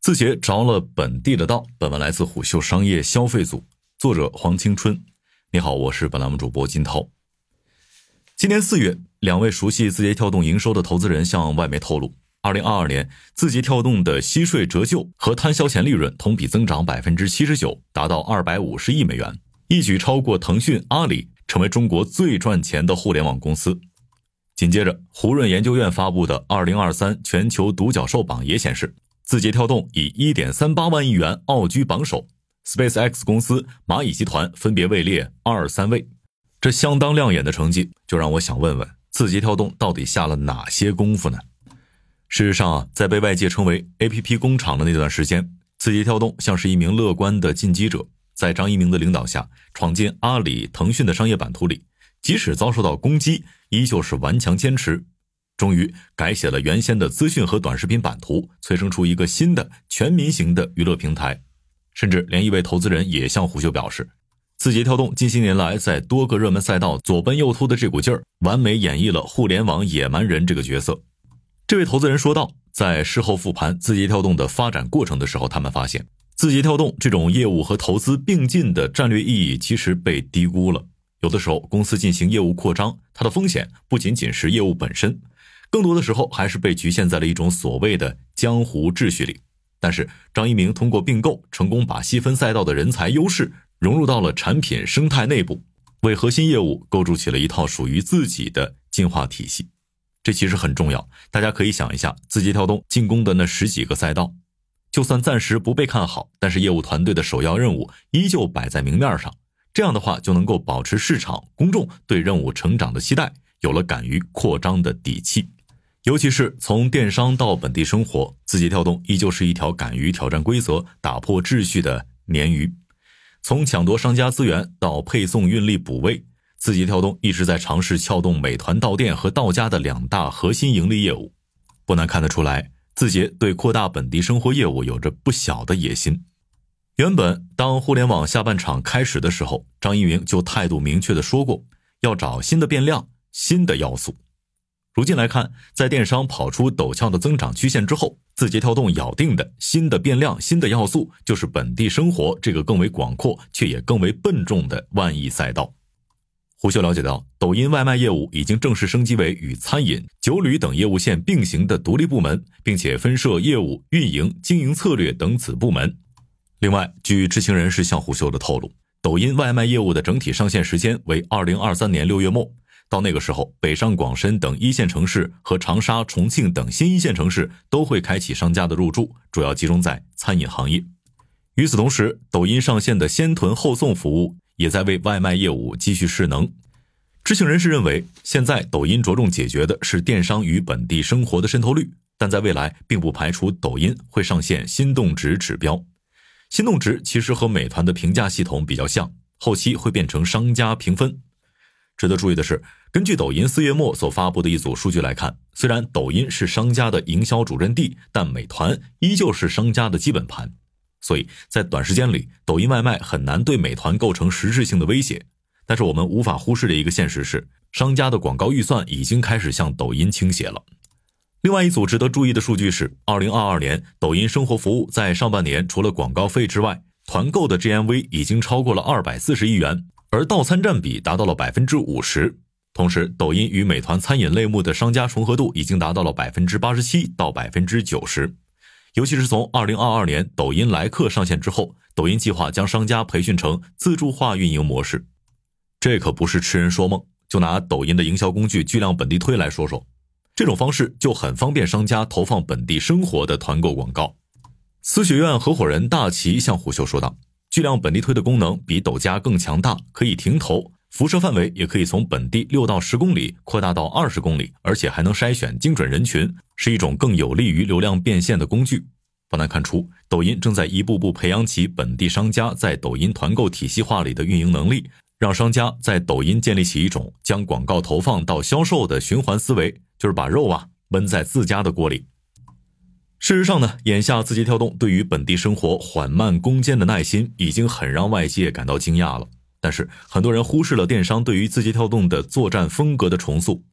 字节着了本地的道。本文来自虎嗅商业消费组，作者黄青春。你好，我是本栏目主播金涛。今年4月，两位熟悉字节跳动营收的投资人向外媒透露，2022年字节跳动的息税折旧和摊销前利润同比增长 79%， 达到250亿美元，一举超过腾讯、阿里，成为中国最赚钱的互联网公司。紧接着，胡润研究院发布的2023全球独角兽榜也显示，字节跳动以 1.38 万亿元傲居榜首， SpaceX 公司、蚂蚁集团分别位列2、3位。这相当亮眼的成绩，就让我想问问，字节跳动到底下了哪些功夫呢？事实上在被外界称为 APP 工厂的那段时间，字节跳动像是一名乐观的进击者，在张一鸣的领导下，闯进阿里、腾讯的商业版图里，即使遭受到攻击，依旧是顽强坚持，终于改写了原先的资讯和短视频版图，催生出一个新的全民型的娱乐平台。甚至连一位投资人也向虎嗅表示，字节跳动近些年来在多个热门赛道左奔右突的这股劲儿，完美演绎了互联网野蛮人这个角色。这位投资人说道，在事后复盘字节跳动的发展过程的时候，他们发现字节跳动这种业务和投资并进的战略意义其实被低估了。有的时候公司进行业务扩张，它的风险不仅仅是业务本身，更多的时候还是被局限在了一种所谓的江湖秩序里。但是张一鸣通过并购，成功把细分赛道的人才优势融入到了产品生态内部，为核心业务构筑起了一套属于自己的进化体系。这其实很重要，大家可以想一下，字节跳动进攻的那10几个赛道，就算暂时不被看好，但是业务团队的首要任务依旧摆在明面上，这样的话就能够保持市场、公众对任务成长的期待，有了敢于扩张的底气。尤其是从电商到本地生活，字节跳动依旧是一条敢于挑战规则、打破秩序的鲶鱼。从抢夺商家资源到配送运力补位，字节跳动一直在尝试撬动美团到店和到家的2大核心盈利业务。不难看得出来，字节对扩大本地生活业务有着不小的野心。原本当互联网下半场开始的时候，张一鸣就态度明确地说过，要找新的变量、新的要素。如今来看，在电商跑出陡峭的增长曲线之后，字节跳动咬定的新的变量、新的要素，就是本地生活这个更为广阔却也更为笨重的万亿赛道。虎嗅了解到，抖音外卖业务已经正式升级为与餐饮、酒旅等业务线并行的独立部门，并且分设业务、运营、经营策略等子部门。另外，据知情人士向虎嗅的透露，抖音外卖业务的整体上线时间为2023年6月末，到那个时候，北上广深等一线城市和长沙、重庆等新一线城市都会开启商家的入驻，主要集中在餐饮行业。与此同时，抖音上线的先囤后送服务也在为外卖业务继续势能。知情人士认为，现在抖音着重解决的是电商与本地生活的渗透率，但在未来并不排除抖音会上线心动值指标。心动值其实和美团的评价系统比较像，后期会变成商家评分。值得注意的是，根据抖音4月末所发布的一组数据来看，虽然抖音是商家的营销主阵地，但美团依旧是商家的基本盘。所以在短时间里，抖音外卖很难对美团构成实质性的威胁。但是我们无法忽视的一个现实是，商家的广告预算已经开始向抖音倾斜了。另外一组值得注意的数据是，2022年抖音生活服务在上半年除了广告费之外，团购的 GMV 已经超过了240亿元，而到餐占比达到了 50%。 同时，抖音与美团餐饮类目的商家重合度已经达到了 87% 到 90%。 尤其是从2022年抖音来客上线之后，抖音计划将商家培训成自助化运营模式。这可不是痴人说梦，就拿抖音的营销工具巨量本地推来说说，这种方式就很方便商家投放本地生活的团购广告。思学院合伙人大齐向虎嗅说道，巨量本地推的功能比抖加更强大，可以停投，辐射范围也可以从本地6到10公里扩大到20公里，而且还能筛选精准人群，是一种更有利于流量变现的工具。不难看出，抖音正在一步步培养起本地商家在抖音团购体系化里的运营能力，让商家在抖音建立起一种将广告投放到销售的循环思维，就是把肉焖在自家的锅里。事实上呢，眼下字节跳动对于本地生活缓慢攻坚的耐心已经很让外界感到惊讶了。但是很多人忽视了电商对于字节跳动的作战风格的重塑。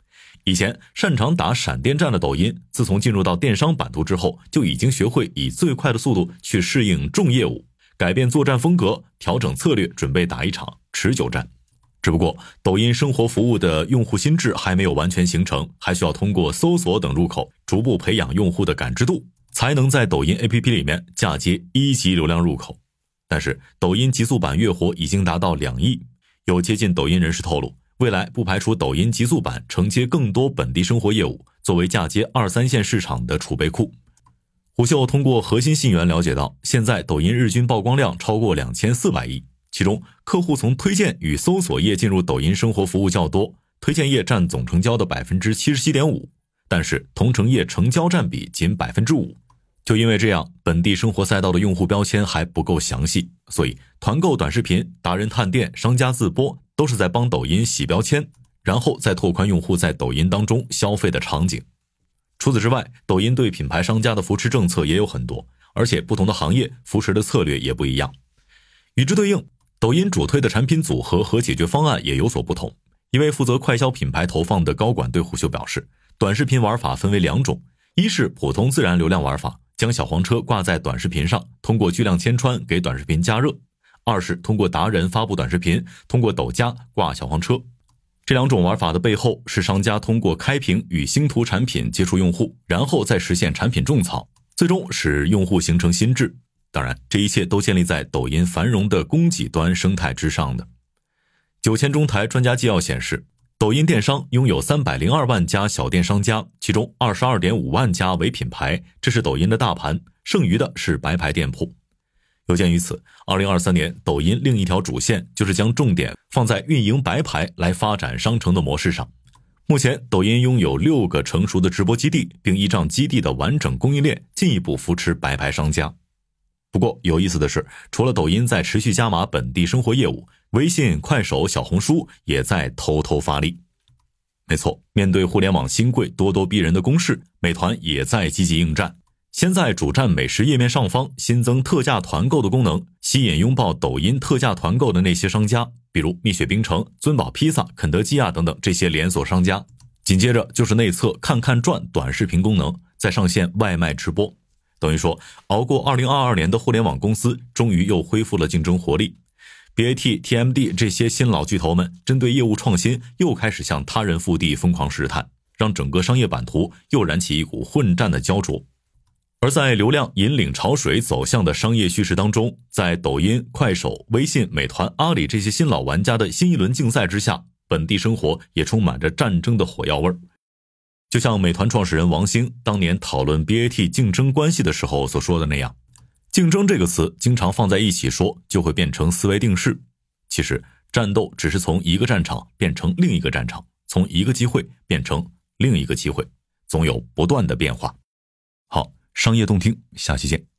以前擅长打闪电战的抖音，自从进入到电商版图之后，就已经学会以最快的速度去适应重业务，改变作战风格，调整策略，准备打一场持久战。只不过抖音生活服务的用户心智还没有完全形成，还需要通过搜索等入口逐步培养用户的感知度，才能在抖音 APP 里面嫁接1级流量入口。但是抖音极速版月活已经达到2亿，有接近抖音人士透露，未来不排除抖音极速版承接更多本地生活业务，作为嫁接2、3线市场的储备库。虎嗅通过核心信源了解到，现在抖音日均曝光量超过2400亿，其中客户从推荐与搜索页进入抖音生活服务较多，推荐页占总成交的 77.5%， 但是同城页成交占比仅 5%。就因为这样，本地生活赛道的用户标签还不够详细，所以团购短视频、达人探店、商家自播都是在帮抖音洗标签，然后再拓宽用户在抖音当中消费的场景。除此之外，抖音对品牌商家的扶持政策也有很多，而且不同的行业扶持的策略也不一样。与之对应，抖音主推的产品组合和解决方案也有所不同。一位负责快消品牌投放的高管对虎嗅表示，短视频玩法分为2种，一是普通自然流量玩法，将小黄车挂在短视频上，通过巨量千穿给短视频加热；二是通过达人发布短视频，通过抖加挂小黄车。这2种玩法的背后是商家通过开屏与星图产品接触用户，然后再实现产品种草，最终使用户形成心智。当然，这一切都建立在抖音繁荣的供给端生态之上的。9000中台专家纪要显示，抖音电商拥有302万家小店商家，其中 22.5 万家为品牌，这是抖音的大盘，剩余的是白牌店铺。有鉴于此，2023年抖音另一条主线就是将重点放在运营白牌来发展商城的模式上。目前抖音拥有6个成熟的直播基地，并依仗基地的完整供应链进一步扶持白牌商家。不过有意思的是，除了抖音在持续加码本地生活业务，微信、快手、小红书也在偷偷发力。没错，面对互联网新贵咄咄逼人的攻势，美团也在积极应战。先在主站美食页面上方新增特价团购的功能，吸引拥抱抖音特价团购的那些商家，比如蜜雪冰城、尊宝披萨、肯德基等等这些连锁商家。紧接着就是内测看看赚短视频功能，再上线外卖直播。等于说，熬过2022年的互联网公司终于又恢复了竞争活力。BAT、TMD 这些新老巨头们针对业务创新又开始向他人腹地疯狂试探，让整个商业版图又燃起一股混战的焦灼。而在流量引领潮水走向的商业叙事当中，在抖音、快手、微信、美团、阿里这些新老玩家的新一轮竞赛之下，本地生活也充满着战争的火药味儿。就像美团创始人王兴当年讨论 BAT 竞争关系的时候所说的那样，竞争这个词经常放在一起说，就会变成思维定式。其实战斗只是从一个战场变成另一个战场，从一个机会变成另一个机会，总有不断的变化。好，商业洞听，下期见。